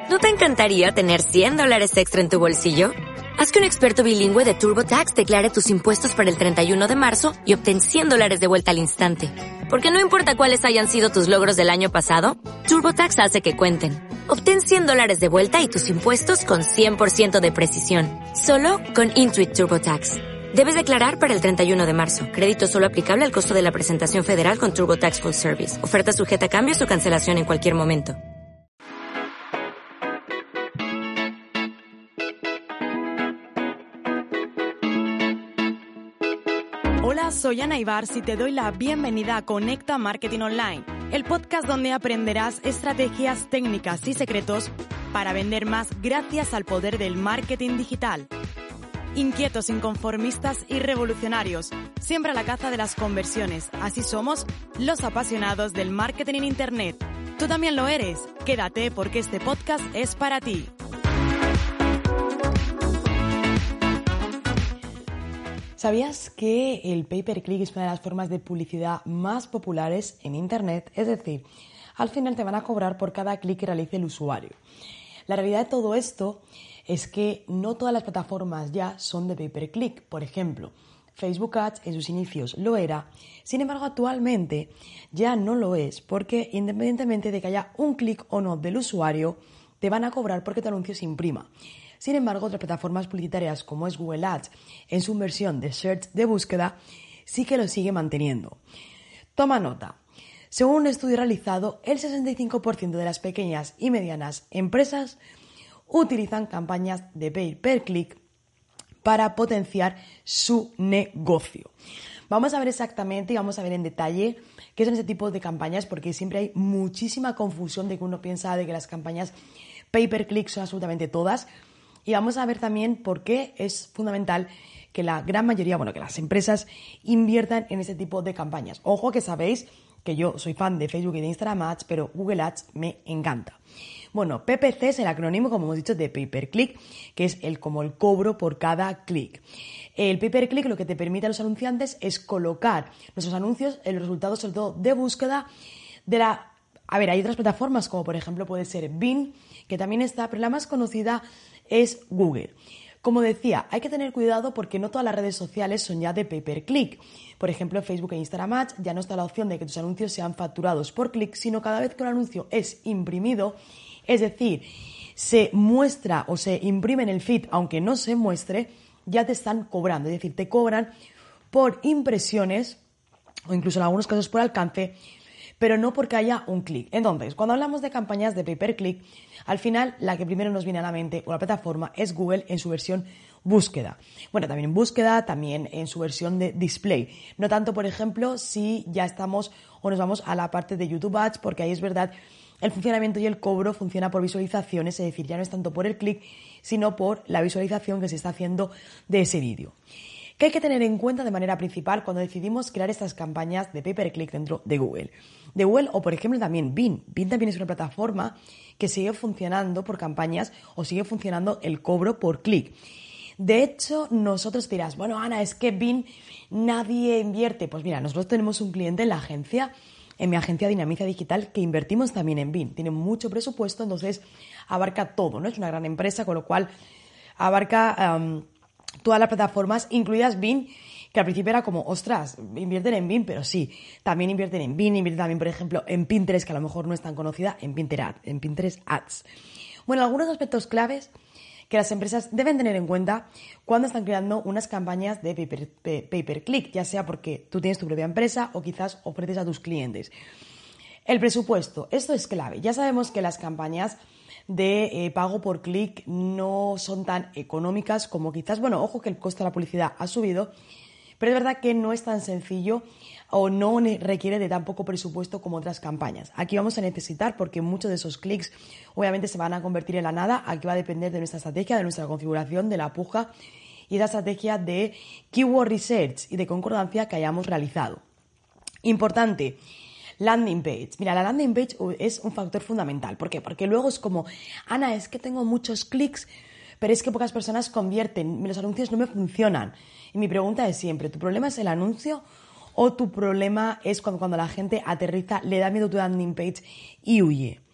¿No te encantaría tener $100 extra en tu bolsillo? Haz que un experto bilingüe de TurboTax declare tus impuestos para el 31 de marzo y obtén $100 de vuelta al instante. Porque no importa cuáles hayan sido tus logros del año pasado, TurboTax hace que cuenten. Obtén $100 de vuelta y tus impuestos con 100% de precisión. Solo con Intuit TurboTax. Debes declarar para el 31 de marzo. Crédito solo aplicable al costo de la presentación federal con TurboTax Full Service. Oferta sujeta a cambios o cancelación en cualquier momento. Hola, soy Ana Ibars y te doy la bienvenida a Conecta Marketing Online, el podcast donde aprenderás estrategias, técnicas y secretos para vender más gracias al poder del marketing digital. Inquietos, inconformistas y revolucionarios, siempre a la caza de las conversiones. Así somos los apasionados del marketing en Internet. Tú también lo eres. Quédate porque este podcast es para ti. ¿Sabías que el pay-per-click es una de las formas de publicidad más populares en Internet? Es decir, al final te van a cobrar por cada clic que realice el usuario. La realidad de todo esto es que no todas las plataformas ya son de pay-per-click. Por ejemplo, Facebook Ads en sus inicios lo era, sin embargo actualmente ya no lo es, porque independientemente de que haya un clic o no del usuario, te van a cobrar porque tu anuncio se imprima. Sin embargo, otras plataformas publicitarias como es Google Ads, en su versión de search de búsqueda, sí que lo sigue manteniendo. Toma nota. Según un estudio realizado, el 65% de las pequeñas y medianas empresas utilizan campañas de pay-per-click para potenciar su negocio. Vamos a ver exactamente y vamos a ver en detalle qué son ese tipo de campañas, porque siempre hay muchísima confusión de que uno piensa de que las campañas pay-per-click son absolutamente todas. Y vamos a ver también por qué es fundamental que la gran mayoría, que las empresas inviertan en ese tipo de campañas. Ojo que sabéis que yo soy fan de Facebook y de Instagram Ads, pero Google Ads me encanta. Bueno, PPC es el acrónimo, como hemos dicho, de pay-per-click, que es como el cobro por cada clic. El pay-per-click lo que te permite a los anunciantes es colocar nuestros anuncios en los resultados, sobre todo de búsqueda, hay otras plataformas como por ejemplo puede ser Bing, que también está, pero la más conocida es Google. Como decía, hay que tener cuidado porque no todas las redes sociales son ya de pay-per-click. Por ejemplo, en Facebook e Instagram Ads ya no está la opción de que tus anuncios sean facturados por clic, sino cada vez que un anuncio es imprimido, es decir, se muestra o se imprime en el feed, aunque no se muestre, ya te están cobrando. Es decir, te cobran por impresiones o incluso en algunos casos por alcance, pero no porque haya un clic. Entonces, cuando hablamos de campañas de pay-per-click, al final la que primero nos viene a la mente o la plataforma es Google en su versión búsqueda. Bueno, también en búsqueda, también en su versión de display. No tanto, por ejemplo, si ya estamos o nos vamos a la parte de YouTube Ads, porque ahí es verdad, el funcionamiento y el cobro funciona por visualizaciones, es decir, ya no es tanto por el clic, sino por la visualización que se está haciendo de ese vídeo. ¿Qué hay que tener en cuenta de manera principal cuando decidimos crear estas campañas de pay-per-click dentro de Google? De Google o, por ejemplo, también Bing. Bing también es una plataforma que sigue funcionando por campañas o sigue funcionando el cobro por clic. De hecho, nosotros dirás, bueno, Ana, es que Bing nadie invierte. Pues mira, nosotros tenemos un cliente en la agencia, en mi agencia Dinamiza Digital, que invertimos también en Bing. Tiene mucho presupuesto, entonces abarca todo, ¿no? Es una gran empresa, con lo cual abarca todas las plataformas, incluidas Bing, que al principio era como, ostras, invierten en Bing, pero sí, también invierten en Bing, invierten también, por ejemplo, en Pinterest, que a lo mejor no es tan conocida, en Pinterest Ads. Bueno, algunos aspectos claves que las empresas deben tener en cuenta cuando están creando unas campañas de pay-per-click, ya sea porque tú tienes tu propia empresa o quizás ofreces a tus clientes. El presupuesto, esto es clave. Ya sabemos que las campañas de pago por clic no son tan económicas como quizás, ojo que el costo de la publicidad ha subido, pero es verdad que no es tan sencillo o no requiere de tan poco presupuesto como otras campañas. Aquí vamos a necesitar, porque muchos de esos clics obviamente se van a convertir en la nada. Aquí va a depender de nuestra estrategia, de nuestra configuración, de la puja y de la estrategia de keyword research y de concordancia que hayamos realizado. Importante, landing page. Mira, la landing page es un factor fundamental. ¿Por qué? Porque luego es como, Ana, es que tengo muchos clics, pero es que pocas personas convierten, los anuncios no me funcionan. Y mi pregunta es siempre, ¿tu problema es el anuncio o tu problema es cuando la gente aterriza, le da miedo tu landing page y huye?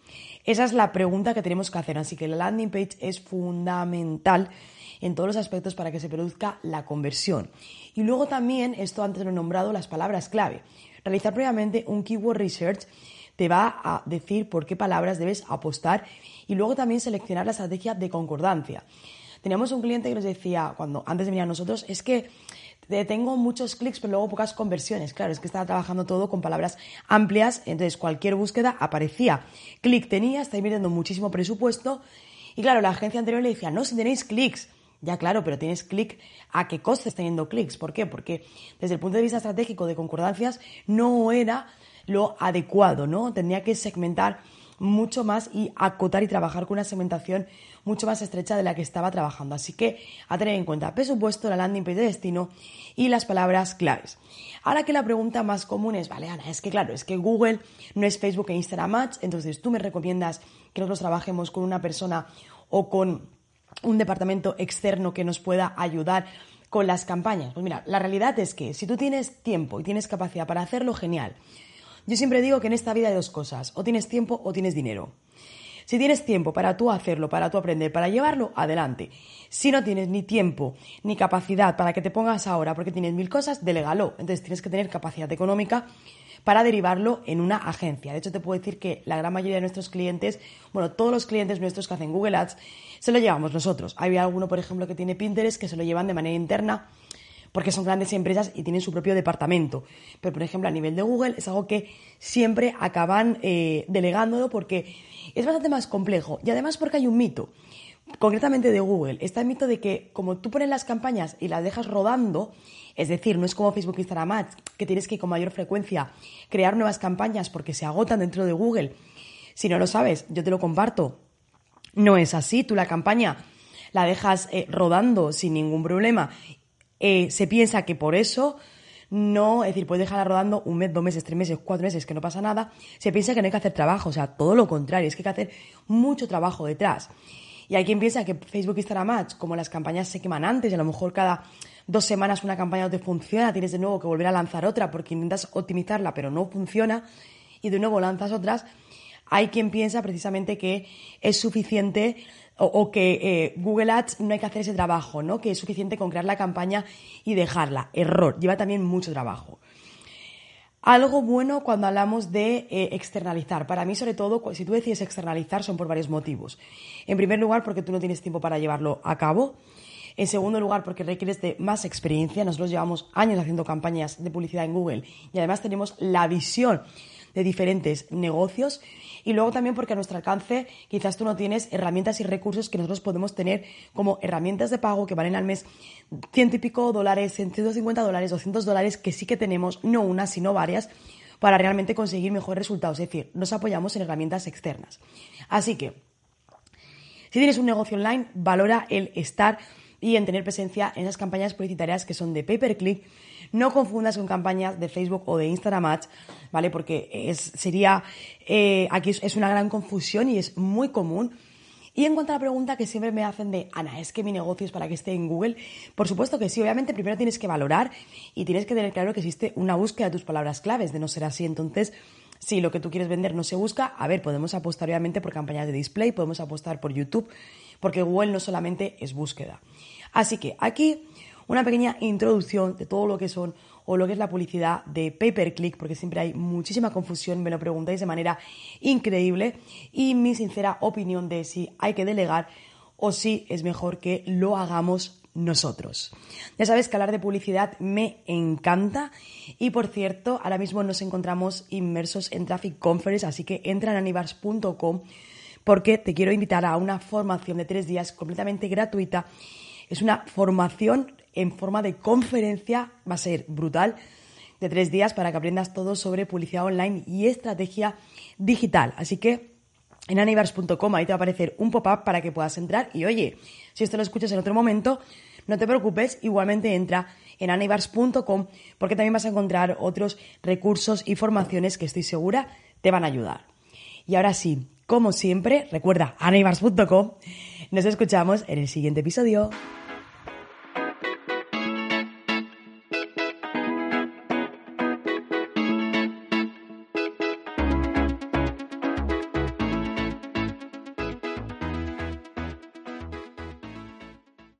Esa es la pregunta que tenemos que hacer, así que la landing page es fundamental en todos los aspectos para que se produzca la conversión. Y luego también, esto antes lo he nombrado, las palabras clave. Realizar previamente un keyword research te va a decir por qué palabras debes apostar y luego también seleccionar la estrategia de concordancia. Teníamos un cliente que nos decía, antes de venir a nosotros, es que tengo muchos clics pero luego pocas conversiones. Claro, es que estaba trabajando todo con palabras amplias, entonces cualquier búsqueda aparecía. Clic tenía, está invirtiendo muchísimo presupuesto y claro, la agencia anterior le decía, no, si tenéis clics. Ya claro, pero tienes clic, ¿a qué coste está teniendo clics? ¿Por qué? Porque desde el punto de vista estratégico de concordancias no era lo adecuado, ¿no? Tendría que segmentar mucho más y acotar y trabajar con una segmentación mucho más estrecha de la que estaba trabajando. Así que a tener en cuenta presupuesto, la landing page de destino y las palabras claves. Ahora que la pregunta más común es, vale Ana, es que claro, es que Google no es Facebook e Instagram Ads, entonces tú me recomiendas que nosotros trabajemos con una persona o con un departamento externo que nos pueda ayudar con las campañas. Pues mira, la realidad es que si tú tienes tiempo y tienes capacidad para hacerlo, genial. Yo siempre digo que en esta vida hay dos cosas, o tienes tiempo o tienes dinero. Si tienes tiempo para tú hacerlo, para tú aprender, para llevarlo, adelante. Si no tienes ni tiempo ni capacidad para que te pongas ahora porque tienes 1000 cosas, delégalo. Entonces tienes que tener capacidad económica para derivarlo en una agencia. De hecho, te puedo decir que la gran mayoría de nuestros clientes, todos los clientes nuestros que hacen Google Ads, se lo llevamos nosotros. Hay alguno, por ejemplo, que tiene Pinterest que se lo llevan de manera interna porque son grandes empresas y tienen su propio departamento. Pero, por ejemplo, a nivel de Google es algo que siempre acaban delegándolo porque es bastante más complejo. Y además porque hay un mito, concretamente de Google. Está el mito de que como tú pones las campañas y las dejas rodando, es decir, no es como Facebook, Instagram Ads, que tienes que con mayor frecuencia crear nuevas campañas porque se agotan dentro de Google. Si no lo sabes, yo te lo comparto. No es así. Tú la campaña la dejas rodando sin ningún problema. Se piensa que por eso no, es decir, puedes dejarla rodando 1 mes, 2 meses, 3 meses, 4 meses, que no pasa nada. Se piensa que no hay que hacer trabajo, o sea, todo lo contrario, es que hay que hacer mucho trabajo detrás. Y hay quien piensa que Facebook, Instagram Ads, como las campañas se queman antes y a lo mejor cada 2 semanas una campaña no te funciona, tienes de nuevo que volver a lanzar otra porque intentas optimizarla pero no funciona y de nuevo lanzas otras. Hay quien piensa precisamente que es suficiente o que Google Ads no hay que hacer ese trabajo, ¿no? Que es suficiente con crear la campaña y dejarla. Error, lleva también mucho trabajo. Algo bueno cuando hablamos de externalizar. Para mí, sobre todo, si tú decides externalizar, son por varios motivos. En primer lugar, porque tú no tienes tiempo para llevarlo a cabo. En segundo lugar, porque requieres de más experiencia. Nosotros llevamos años haciendo campañas de publicidad en Google y además tenemos la visión de diferentes negocios. Y luego también porque a nuestro alcance quizás tú no tienes herramientas y recursos que nosotros podemos tener como herramientas de pago que valen al mes $100 y pico, $150, $200, que sí que tenemos, no una, sino varias, para realmente conseguir mejores resultados. Es decir, nos apoyamos en herramientas externas. Así que, si tienes un negocio online, valora el estar y en tener presencia en esas campañas publicitarias que son de pay-per-click. No confundas con campañas de Facebook o de Instagram Ads, ¿vale? Porque aquí es una gran confusión y es muy común. Y en cuanto a la pregunta que siempre me hacen de, Ana, ¿es que mi negocio es para que esté en Google? Por supuesto que sí, obviamente primero tienes que valorar y tienes que tener claro que existe una búsqueda de tus palabras claves. De no ser así, entonces, si lo que tú quieres vender no se busca, a ver, podemos apostar obviamente por campañas de display, podemos apostar por YouTube, porque Google no solamente es búsqueda. Así que aquí una pequeña introducción de todo lo que son o lo que es la publicidad de pay-per-click, porque siempre hay muchísima confusión, me lo preguntáis de manera increíble, y mi sincera opinión de si hay que delegar o si es mejor que lo hagamos nosotros. Ya sabes que hablar de publicidad me encanta y, por cierto, ahora mismo nos encontramos inmersos en Traffic Conference, así que entra en anibars.com porque te quiero invitar a una formación de 3 días completamente gratuita. Es una formación en forma de conferencia, va a ser brutal, de 3 días para que aprendas todo sobre publicidad online y estrategia digital. Así que en anibars.com ahí te va a aparecer un pop-up para que puedas entrar y oye, si esto lo escuchas en otro momento, no te preocupes, igualmente entra en anibars.com porque también vas a encontrar otros recursos y formaciones que estoy segura te van a ayudar. Y ahora sí, como siempre, recuerda anibars.com, nos escuchamos en el siguiente episodio.